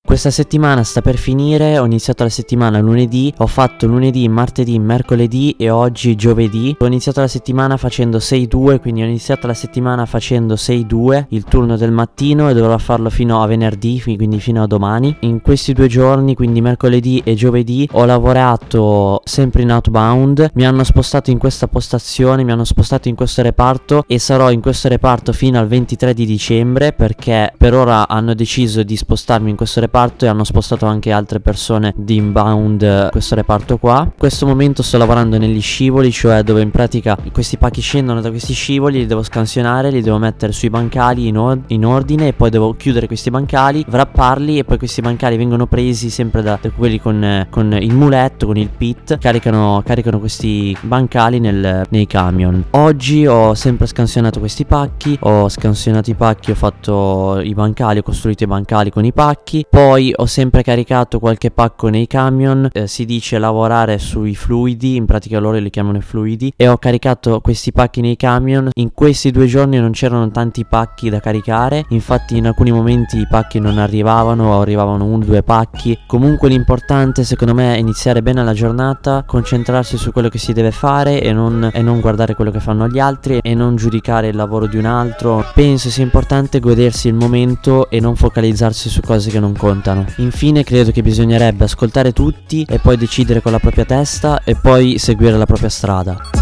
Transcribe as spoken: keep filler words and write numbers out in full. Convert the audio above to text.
Questa settimana sta per finire, ho iniziato la settimana lunedì, ho fatto lunedì, martedì, mercoledì e oggi giovedì. Ho iniziato la settimana facendo sei due, quindi ho iniziato la settimana facendo sei due, il turno del mattino, e dovrò farlo fino a venerdì, quindi fino a domani. In questi due giorni, quindi mercoledì e giovedì, ho lavorato sempre in outbound, mi hanno spostato in questa postazione, mi hanno spostato in questo reparto e sarò in questo reparto fino al ventitré di dicembre, perché per ora hanno deciso di spostarmi in questo reparto e hanno spostato anche altre persone di inbound in questo reparto qua. In questo momento sto lavorando negli scivoli, cioè dove in pratica questi pacchi scendono da questi scivoli, li devo scansionare, li devo mettere sui bancali in, or- in ordine, e poi devo chiudere questi bancali, wrapparli, e poi questi bancali vengono presi sempre da, da quelli con, eh, con il muletto, con il pit, caricano, caricano questi bancali nel, nei camion. Oggi ho sempre scansionato questi pacchi, ho scansionato i pacchi, ho fatto i bancali, ho costruito i bancali con i pacchi, poi ho sempre caricato qualche pacco nei camion, eh, si dice lavorare sui fluidi, in pratica loro li chiamano i fluidi, e ho caricato questi pacchi nei camion. In questi due giorni non c'erano tanti pacchi da caricare, infatti in alcuni momenti i pacchi non arrivavano o arrivavano uno o due pacchi. Comunque l'importante secondo me è iniziare bene la giornata, concentrarsi su quello che si deve fare e non, e non guardare quello che fanno gli altri e non giudicare il lavoro di un altro. Penso sia importante godersi il momento e non focalizzarsi su cose che non contano. Infine credo che bisognerebbe ascoltare tutti e poi decidere con la propria testa e poi seguire la propria strada.